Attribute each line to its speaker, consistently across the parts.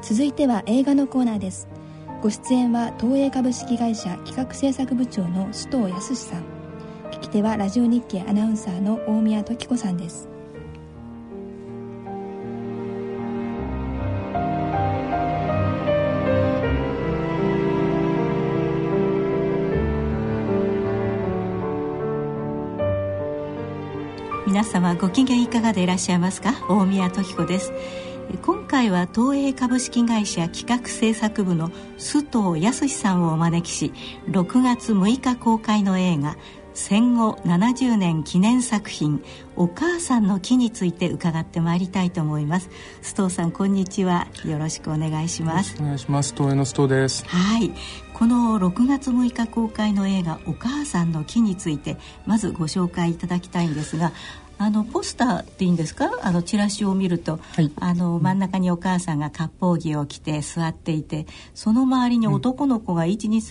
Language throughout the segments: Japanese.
Speaker 1: 続いては映画のコーナーです。ご出演は東映株式会社企画制作部長の須藤康さん、聞き手はラジオ日経アナウンサーの大宮時子さんです。
Speaker 2: 皆様ご機嫌いかがでいらっしゃいますか。大宮時子です。今回は東映株式会社企画制作部の須藤康さんをお招きし、6月6日公開の映画戦後70年記念作品お母さんの木について伺ってまいりたいと思います。須藤さん、こんにちは。よろしくお願いします。
Speaker 3: お願いします。東映の須藤です。
Speaker 2: はい、この6月6日公開の映画お母さんの木についてまずご紹介いただきたいんですが、ポスターっていいんですか、チラシを見ると、はい、真ん中にお母さんが割烹着を着て座っていて、その周りに男の子が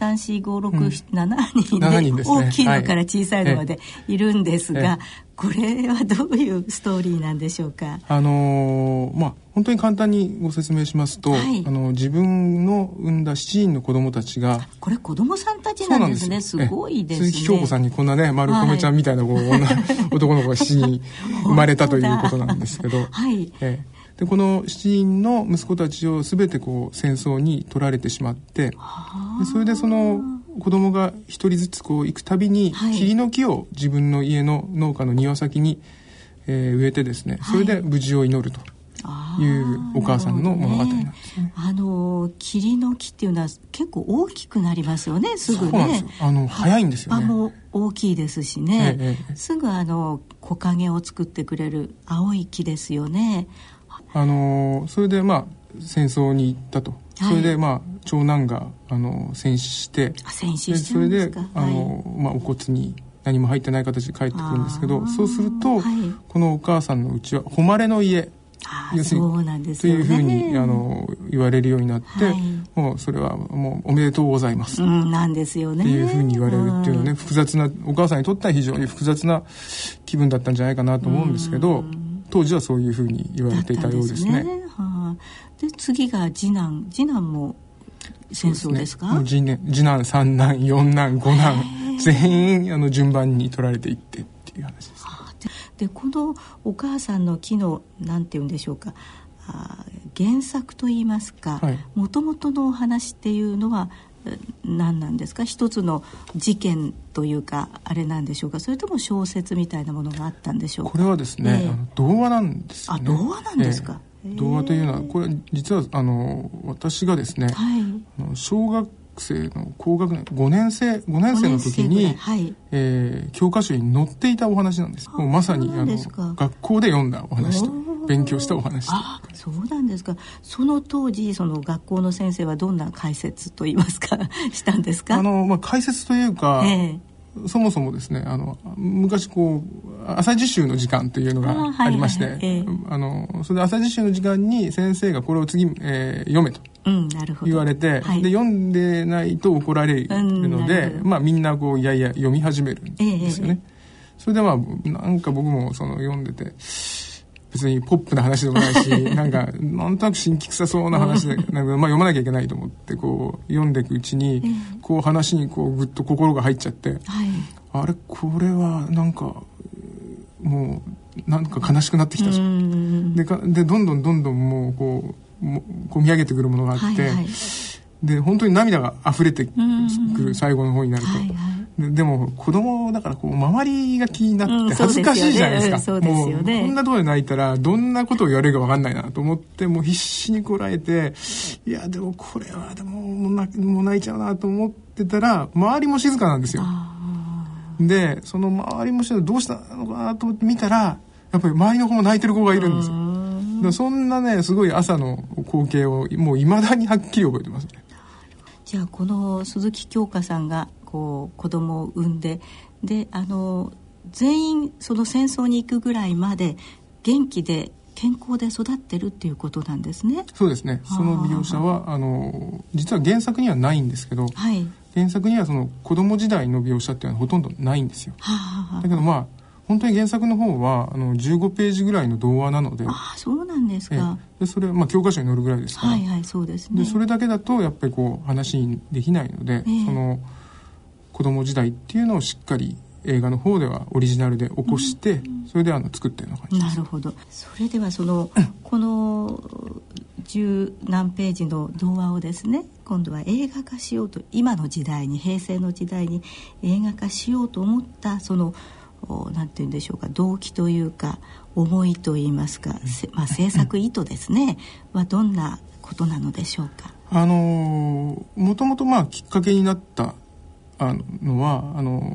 Speaker 2: 1,2,3,4,5,6,7 人で、ね、大きいのから小さいのまでいるんですが、これはどういうストーリーなんでしょうか。
Speaker 3: 本当に簡単にご説明しますと、はい、自分の産んだ7人の子供たちが、
Speaker 2: これ子供さんたちなんですね。すごいですね。鈴木
Speaker 3: 京子さんにこんなね、丸米ちゃんみたいな、男の子が7人生まれたということなんですけど、
Speaker 2: はい、
Speaker 3: でこの7人の息子たちを全て戦争に取られてしまって、でそれでその子供が一人ずつ行くたびに、はい、桐の木を自分の家の農家の庭先に、植えてですね、それで無事を祈るというお母さんの物語なんですね。
Speaker 2: 桐の木っていうのは結構大きくなりますよね、すぐね。
Speaker 3: そうなんですよ。早いんですよね。
Speaker 2: 葉も大きいですしね、すぐ木陰を作ってくれる青い木ですよね。
Speaker 3: それで戦争に行ったと、はい、それで長男が戦死して
Speaker 2: それで
Speaker 3: お骨に何も入ってない形で帰ってくるんですけど、そうすると、はい、このお母さんのうちは誉れの家、
Speaker 2: そうなんですよね、
Speaker 3: というふうに言われるようになって、はい、もうそれはもうおめでとうございます、
Speaker 2: なんですよね
Speaker 3: っていうふうに言われるっていうのはね、複雑な、お母さんにとっては非常に複雑な気分だったんじゃないかなと思うんですけど、当時はそういうふうに言われていたようですね。
Speaker 2: で次が次男も戦争ですか。
Speaker 3: 次男三男四男五男全員順番に取られていってっていう話です、ね。
Speaker 2: でこのお母さんの木のなんていうんでしょうか、原作といいますか、もともとのお話っていうのは何なんですか。一つの事件というかあれなんでしょうか、それとも小説みたいなものがあったんでしょうか。
Speaker 3: これはですね、童話なんですよね。
Speaker 2: 童話なんですか。
Speaker 3: 童話というのはこれ実は私がですね、はい、小学生の高学年5年生の時に、はい、教科書に載っていたお話なんです。もうまさに学校で読んだお話と勉強したお話と。
Speaker 2: そうなんですか。その当時その学校の先生はどんな解説といいますかしたんですか。
Speaker 3: 解説というか、そもそもですね、昔朝自習の時間というのがありまして、それで朝自習の時間に先生がこれを次、読めと言われて、で読んでないと怒られるので、みんないやいや読み始めるんですよね。それでなんか僕も読んでて、別にポップな話でもないしなんとなく神奇臭そうな話で読まなきゃいけないと思って読んでいくうちに話にぐっと心が入っちゃって、あれこれはもう悲しくなってきたぞ。でどんどんもう込み上げてくるものがあって、で本当に涙が溢れてくる最後の方になると、でも子供だから周りが気になって恥ずかしいじゃないですか。
Speaker 2: そうですよね。
Speaker 3: もうこんなところで泣いたらどんなことを言われるか分かんないなと思って、もう必死にこらえて、いやでもこれはでももう泣いちゃうなと思ってたら、周りも静かなんですよ。でその周りも静かでどうしたのかなと思って見たら、やっぱり周りの子も泣いてる子がいるんですよ。そんなねすごい朝の光景をもう未だにはっきり覚えてますね。
Speaker 2: じゃあこの鈴木京香さんが子供を産んで、全員その戦争に行くぐらいまで元気で健康で育ってるっていうことなんですね。
Speaker 3: そうですね。その描写は実は原作にはないんですけど、原作にはその子供時代の描写っていうのはほとんどないんですよ。だけど本当に原作の方は15ページぐらいの童話なので。
Speaker 2: あ、そうなんですか。
Speaker 3: でそれ、教科書に載るぐらいですから、
Speaker 2: はいはい、そうですね。
Speaker 3: でそれだけだとやっぱりこう話にできないので、その子供時代っていうのをしっかり映画の方ではオリジナルで起こして、それで作ったような感じです。
Speaker 2: なるほど。それではこの十何ページの童話をですね、今度は映画化しようと、今の時代に、平成の時代に映画化しようと思ったなんていうんでしょうか、動機というか思いといいますか、制作意図ですねはどんなことなのでしょうか。
Speaker 3: もともときっかけになったのは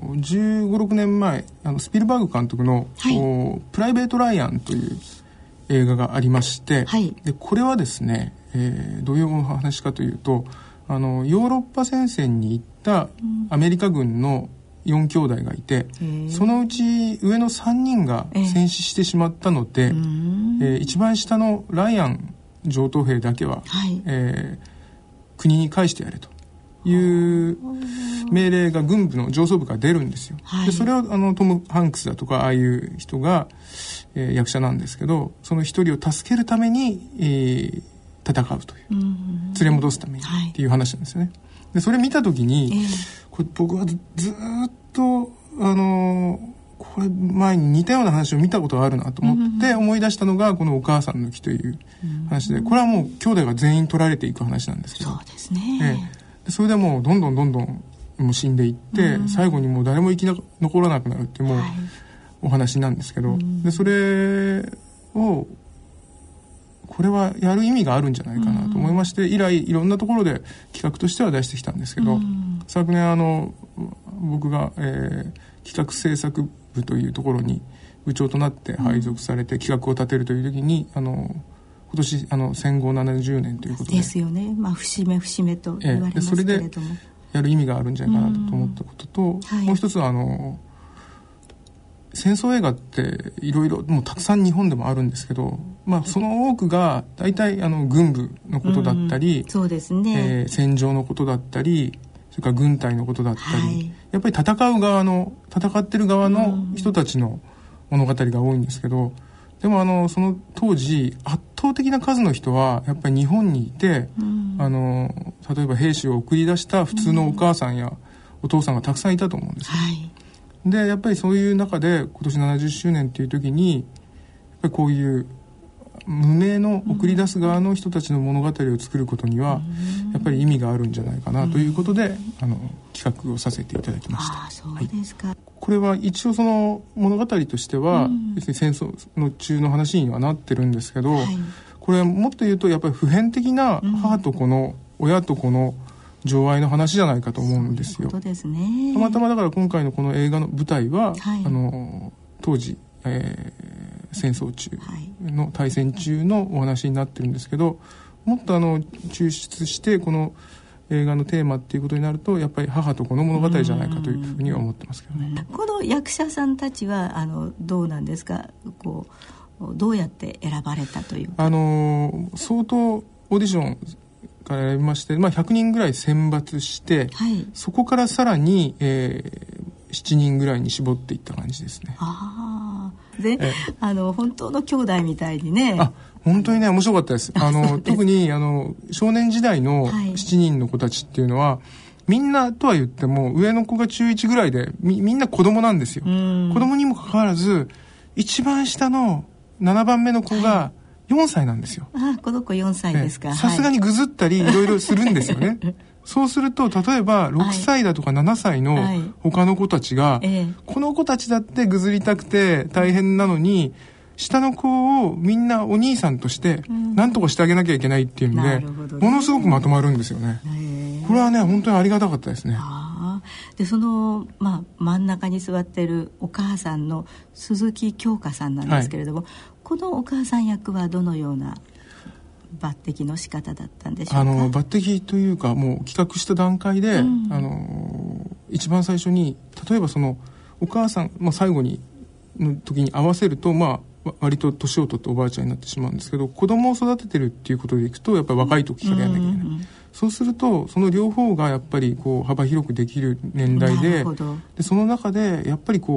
Speaker 3: 15、16年前スピルバーグ監督の、プライベート・ライアンという映画がありまして、でこれはですね、どういうお話かというとヨーロッパ戦線に行ったアメリカ軍の4兄弟がいて、そのうち上の3人が戦死してしまったので、一番下のライアン上等兵だけは、国に返してやれという命令が軍部の上層部から出るんですよ。でそれをトム・ハンクスだとかああいう人が、役者なんですけど、その一人を助けるために、戦うという、連れ戻すためにっていう話なんですよね。でそれ見た時に、これ僕はずっとこれ前に似たような話を見たことがあるなと思って思い出したのがこのお母さんの木という話で、これはもう兄弟が全員取られていく話なんですけど、
Speaker 2: そうですね、
Speaker 3: でそれでもうどんどんもう死んでいって、最後にもう誰も生き残らなくなるっていうもうお話なんですけど、でそれをこれはやる意味があるんじゃないかなと思いまして、以来いろんなところで企画としては出してきたんですけど、昨年僕が、企画制作部というところに部長となって配属されて企画を立てるという時に今年戦後70年ということで
Speaker 2: ですよね、節目節目と言われますけれども、
Speaker 3: それでやる意味があるんじゃないかなと思ったことと、もう一つは戦争映画っていろいろもうたくさん日本でもあるんですけど、その多くが大体軍部のことだったり、
Speaker 2: そうですね、
Speaker 3: 戦場のことだったり、それから軍隊のことだったり、やっぱり戦ってる側の人たちの物語が多いんですけど、でもその当時圧倒的な数の人はやっぱり日本にいて、例えば兵士を送り出した普通のお母さんやお父さんがたくさんいたと思うんですよ。でやっぱりそういう中で今年70周年っていう時にやっぱりこういう無名の送り出す側の人たちの物語を作ることにはやっぱり意味があるんじゃないかなということで企画をさせていただきました。
Speaker 2: そうですか。
Speaker 3: これは一応その物語としては、別に戦争の中の話にはなってるんですけど、これはもっと言うとやっぱり普遍的な母と子の、親と子の情愛の話じゃないかと思うんですよ。
Speaker 2: そういうことですね。
Speaker 3: たまたまだから今回のこの映画の舞台は、当時、戦争中の、大戦中のお話になってるんですけど、もっと抽出してこの映画のテーマっていうことになるとやっぱり母と子の物語じゃないかというふうには思ってますけどね。
Speaker 2: この役者さんたちはどうなんですか、どうやって選ばれたというか。
Speaker 3: 相当オーディションから選びまして、100人ぐらい選抜して、そこからさらに、7人ぐらいに絞っていった感じですね。
Speaker 2: で、本当の兄弟みたいにね。
Speaker 3: 本当にね面白かったです。特に少年時代の7人の子たちっていうのは、みんなとは言っても上の子が中1ぐらいで みんな子供なんですよ。子供にもかかわらず一番下の7番目の子が4歳なんですよ。
Speaker 2: この子4歳ですか。
Speaker 3: さすがにぐずったりいろいろするんですよね。そうすると例えば6歳だとか7歳の他の子たちが、この子たちだってぐずりたくて大変なのに、下の子をみんなお兄さんとして何とかしてあげなきゃいけないっていうんで、ものすごくまとまるんですよね。これはね本当にありがたかったですね。
Speaker 2: でその、真ん中に座っているお母さんの鈴木京香さんなんですけれども、このお母さん役はどのような抜擢の仕方だったんでしょうか。
Speaker 3: 抜擢というかもう企画した段階で、一番最初に例えばそのお母さん、最後にの時に合わせると割と年を取っておばあちゃんになってしまうんですけど、子供を育ててるっていうことでいくとやっぱり若い時からやんなきゃいけない、そうするとその両方がやっぱり幅広くできる年代で、その中でやっぱり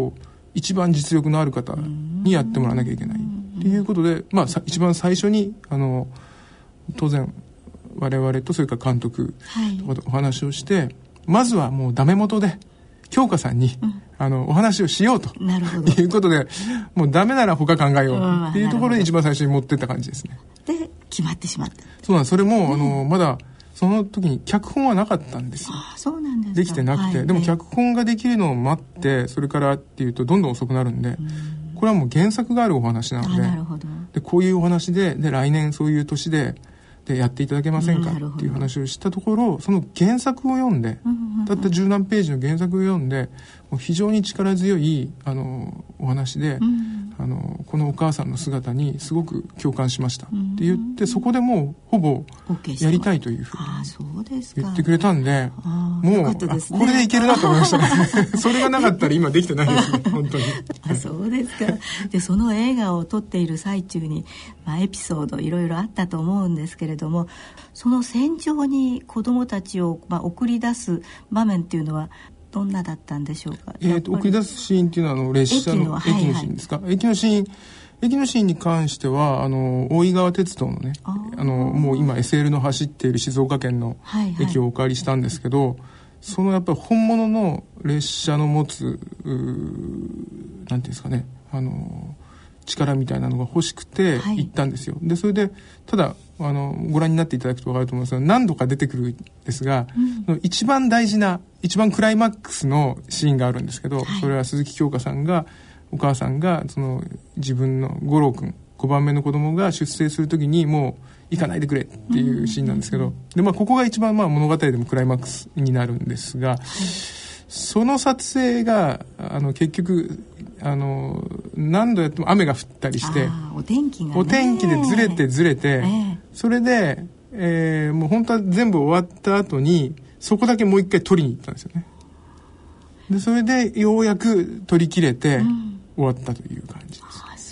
Speaker 3: 一番実力のある方にやってもらわなきゃいけないっていうことで、一番最初に当然我々とそれから監督とお話をして、まずはもうダメ元で京香さんに、お話をしようということで、もうダメなら他考えようっていうところで一番最初に持ってった感じですね。
Speaker 2: で決まってしまった。
Speaker 3: そうなんです。それも、まだその時に脚本はなかったんですよ。
Speaker 2: そうなんですか。
Speaker 3: できてなくて、でも脚本ができるのを待ってそれからっていうとどんどん遅くなるんで、これはもう原作があるお話なので、
Speaker 2: なるほど。
Speaker 3: でこういうお話で来年そういう年でやっていただけませんかっていう話をしたところ、その原作を読んで、たった10何ページの原作を読んで、もう非常に力強いお話で、このお母さんの姿にすごく共感しましたって言って、そこでもうほぼやりたいというふうに言ってくれたんで、もうこれでいけるなと思いましたね。それがなかったら今できてないですね、本当に。
Speaker 2: そうですか。でその映画を撮っている最中に、エピソードいろいろあったと思うんですけれども、その戦場に子どもたちを、送り出す場面っていうのはどんなだったんでしょうか。
Speaker 3: 送り出すシーンっていうのは列車の駅のシーンですか。駅のシーンに関しては大井川鉄道のね、もう今 SL の走っている静岡県の駅をお借りしたんですけど、そのやっぱり本物の列車の持つなんていうんですかね、力みたいなのが欲しくて行ったんですよ。でそれでただご覧になっていただくと分かると思うんですが、何度か出てくるんですが、一番大事な一番クライマックスのシーンがあるんですけど、それは鈴木京香さんがお母さんが自分の五郎君5番目の子供が出生する時にもう行かないでくれっていうシーンなんですけど、でここが一番物語でもクライマックスになるんですが、その撮影が結局何度やっても雨が降ったりして、
Speaker 2: お天気
Speaker 3: でずれて、それで、もう本当は全部終わった後にそこだけもう一回撮りに行ったんですよね。でそれでようやく撮り切れて終わったという感じです。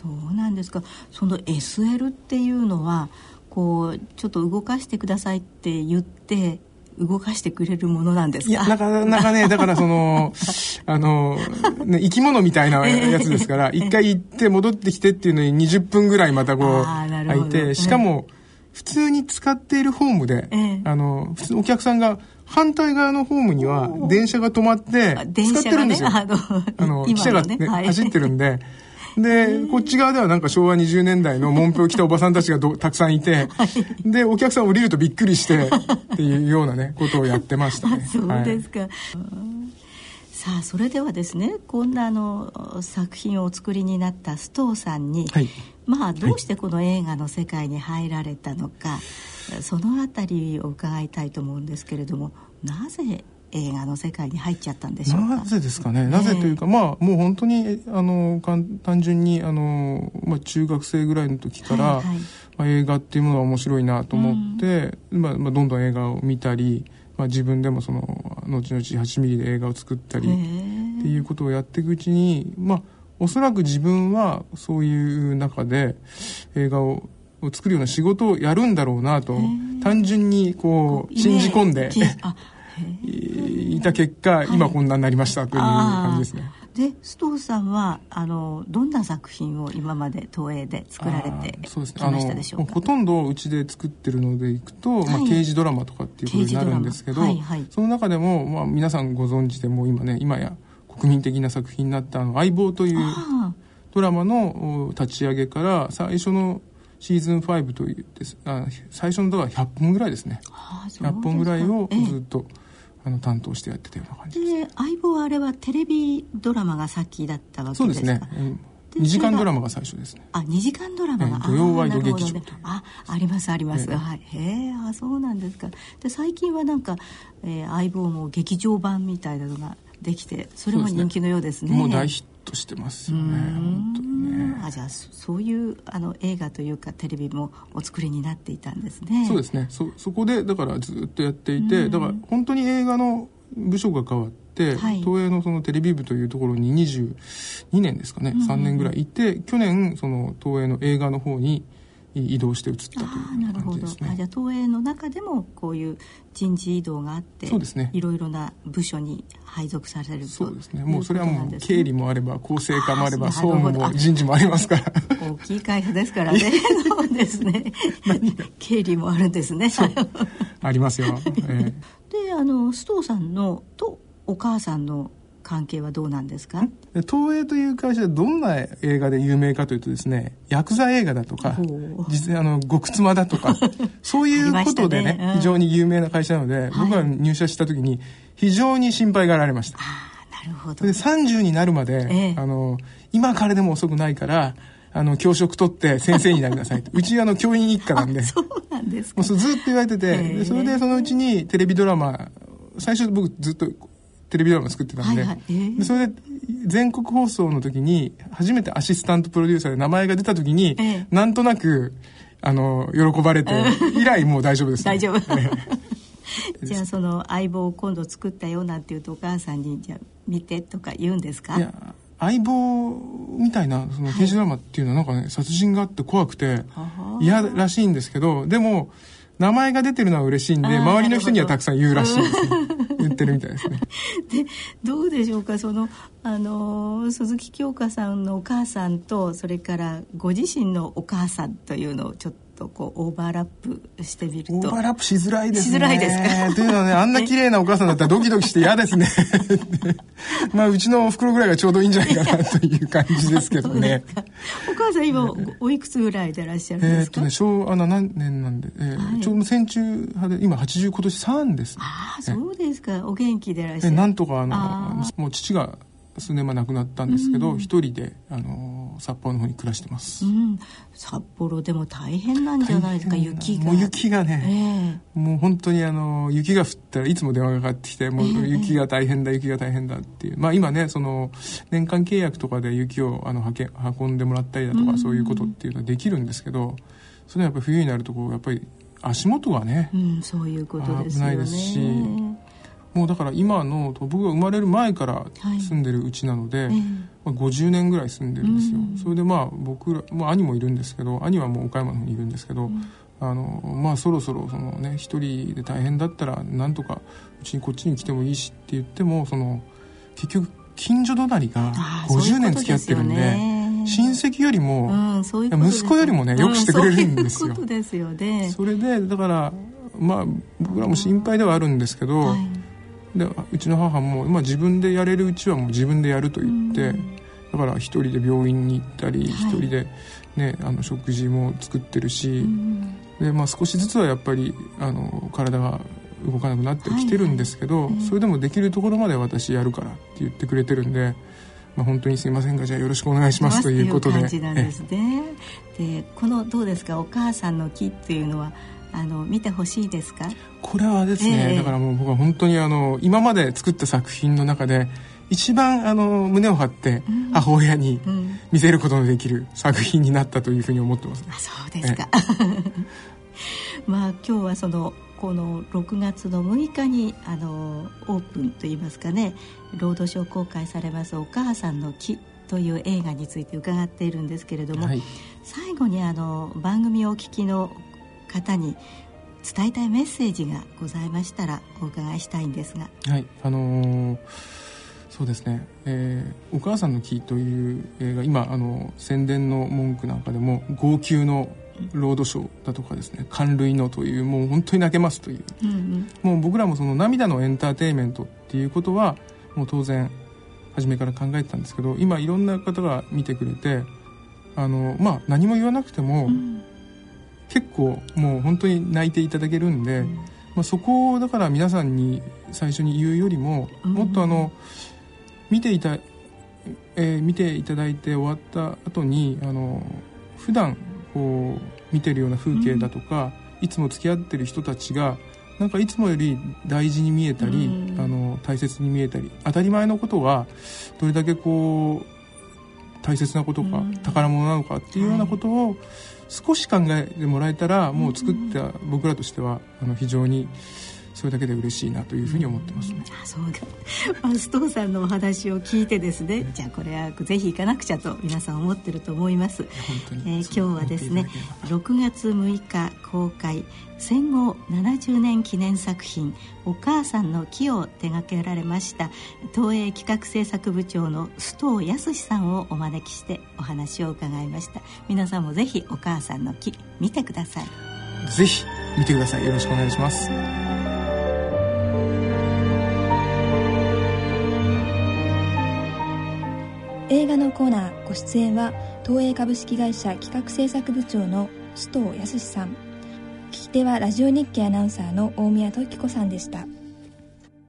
Speaker 2: そうなんですか。その SL っていうのはちょっと動かしてくださいって言って動かしてくれるものなんですか。
Speaker 3: いやなかなかね、だから生き物みたいなやつですから一回行って戻ってきてっていうのに20分ぐらいまた空いて、しかも普通に使っているホームで、普通のお客さんが反対側のホームには電車が止まって使ってるんですよ。汽車が、走ってるんで。でこっち側ではなんか昭和20年代の門票着たおばさんたちがたくさんいて、でお客さん降りるとびっくりしてっていうようなねことをやってましたね。
Speaker 2: そうですか。さあそれではですね、こんな作品をお作りになった須藤さんに、どうしてこの映画の世界に入られたのか、そのあたりを伺いたいと思うんですけれども、なぜ映画の世界に入っちゃったんでしょうか。
Speaker 3: なぜですかね。なぜというか、もう本当に単純に中学生ぐらいの時から、映画っていうものが面白いなと思って、どんどん映画を見たり、自分でも後々8ミリで映画を作ったりっていうことをやっていくうちに、おそらく自分はそういう中で映画を作るような仕事をやるんだろうなと単純に信じ込んでいた結果、今こんなになりましたという感じですね。
Speaker 2: で須藤さんはどんな作品を今まで東映で作られてきましたでしょうか。
Speaker 3: ほとんどうちで作ってるのでいくと、刑事ドラマとかっていうことになるんですけど、その中でも、皆さんご存知でも今や国民的な作品になった相棒というドラマの立ち上げから最初のシーズン5という最初のだから100本ぐらいですね。100本ぐらいをずっと担当してやってたような感じです。
Speaker 2: で相棒はあれはテレビドラマが先だったわけですか。
Speaker 3: そうですね。2時間ドラマが最初ですね。
Speaker 2: 2時間ドラマが、
Speaker 3: 土曜ワイド劇場、
Speaker 2: ありますあります、そうなんですか。で最近はなんか、相棒も劇場版みたいなのができて、それも人気のようですね。
Speaker 3: もう大ヒットしてますよね。本当にね。
Speaker 2: じゃあそういう映画というかテレビもお作りになっていたんですね。
Speaker 3: そうですね。そこでだからずっとやっていて、だから本当に映画の部署が変わって、東映のそのテレビ部というところに22年ですかね、3年ぐらいいて、去年その東映の映画の方に移動して移ったという感じですね。
Speaker 2: じゃあ東映の中でもこういう人事異動があって、
Speaker 3: そうですね、
Speaker 2: いろいろな部署に配属されると。
Speaker 3: そうですね、もうそれはもう経理もあれば構成課もあれば総務も人事もありますから
Speaker 2: 大きい会社ですからねそうですね経理もあるんですね
Speaker 3: ありますよ、
Speaker 2: で須藤さんのとお母さんの関係はどうなんですか？
Speaker 3: 東映という会社はどんな映画で有名かというとですね、ヤクザ映画だとか実極妻だとかそういうことでね、非常に有名な会社なので、僕が入社した時に非常に心配がられました。
Speaker 2: なるほど。
Speaker 3: で30になるまで、今からでも遅くないから教職取って先生になりなさいとうち教員一家なんで
Speaker 2: そうなんですか。
Speaker 3: もうずっと言われてて、でそれでそのうちにテレビドラマ、最初僕ずっとテレビドラマ作ってたんで、でそれで全国放送の時に初めてアシスタントプロデューサーで名前が出た時に、なんとなく喜ばれて以来もう大丈夫です、
Speaker 2: 大丈夫じゃあその相棒を今度作ったよなんていうとお母さんにじゃあ見てとか言うんですか？
Speaker 3: いや、相棒みたいなその刑事ドラマっていうのはなんかね、殺人があって怖くて嫌らしいんですけど、でも名前が出てるのは嬉しいんで周りの人にはたくさん言うらしいですね言ってるみたいですね。
Speaker 2: でどうでしょうか、その鈴木京香さんのお母さんとそれからご自身のお母さんというのをちょっとこうオーバーラップしてみると。
Speaker 3: オーバーラップしづらいですね。
Speaker 2: しづらいですか？
Speaker 3: というのはね、あんな綺麗なお母さんだったらドキドキして嫌ですねまあうちのお袋ぐらいがちょうどいいんじゃないかなという感じですけどね
Speaker 2: お母さん今おいくつぐらいでいらっしゃるんですか？
Speaker 3: 昭和7年なんで、ちょうど戦中派で今80今年3ですね。
Speaker 2: そうですか。お元気でいらっしゃる。
Speaker 3: なんとかもう父が数年前亡くなったんですけど、一人で札幌の方に暮らしてます、
Speaker 2: 札幌でも大変なんじゃないですか？雪が
Speaker 3: もう雪がね、もう本当に雪が降ったらいつも電話がかかってきて、もう雪が大変だ、雪が大変だっていう、まあ今ねその年間契約とかで雪を運んでもらったりだとか、そういうことっていうのはできるんですけど、それはやっぱり冬になるとやっぱり足元がね、
Speaker 2: そういうことですよね。
Speaker 3: 危ないですし、もうだから今の僕が生まれる前から住んでるうちなので、50年ぐらい住んでるんですよ、それでまあ僕ら、兄もいるんですけど、兄はもう岡山の方にいるんですけど、まあそろそろそのね一人で大変だったらなんとかうちにこっちに来てもいいしって言っても、その結局近所隣が50年付き合ってるんで、親戚よりも、息子よりもねよくしてくれるんですよ。
Speaker 2: そういうことですよね。
Speaker 3: それでだからまあ僕らも心配ではあるんですけど、でうちの母も、自分でやれるうちはもう自分でやると言って、だから一人で病院に行ったり、一人で、ね、食事も作ってるし、で少しずつはやっぱり体が動かなくなってきてるんですけど、それでもできるところまで私やるからって言ってくれてるんで、本当にすいませんがじゃあよろしくお願いしますということで。
Speaker 2: という感じなんですね。でこのどうですか、お母さんの木っていうのは見てほしいですか？
Speaker 3: これはですね、だからもう僕は本当に今まで作った作品の中で一番胸を張って母親に見せることのできる作品になったというふうに思ってます、ね。
Speaker 2: そうですか今日はこの6月の6日にオープンといいますかね、ロードショー公開されますお母さんの木という映画について伺っているんですけれども、最後に番組をお聞きの方に伝えたいメッセージがございましたらお伺いしたいんですが。
Speaker 3: そうですね、お母さんの木という映画、今宣伝の文句なんかでも号泣のロードショーだとかですね、感涙のという、もう本当に泣けますという、もう僕らもその涙のエンターテインメントっていうことはもう当然初めから考えてたんですけど、今いろんな方が見てくれて何も言わなくても、結構もう本当に泣いていただけるんで、そこをだから皆さんに最初に言うよりも、もっと見ていただいて終わった後に普段こう見てるような風景だとか、いつも付き合ってる人たちがなんかいつもより大事に見えたり、大切に見えたり、当たり前のことがどれだけこう大切なことか、宝物なのかっていうようなことを少し考えてもらえたら、もう作った僕らとしては非常にそれだけで嬉しいなというふうに思ってますね。
Speaker 2: そうか、須藤さんのお話を聞いてですね、じゃあこれはぜひ行かなくちゃと皆さん思ってると思います。今日はですね6月6日公開戦後70年記念作品お母さんの木を手掛けられました東映企画制作部長の須藤康さんをお招きしてお話を伺いました。皆さんもぜひお母さんの木見てください。
Speaker 3: ぜひ見てください。よろしくお願いします。
Speaker 1: 映画のコーナー、ご出演は東映株式会社企画制作部長の須藤康さん、聞き手はラジオ日経アナウンサーの大宮時子さんでした。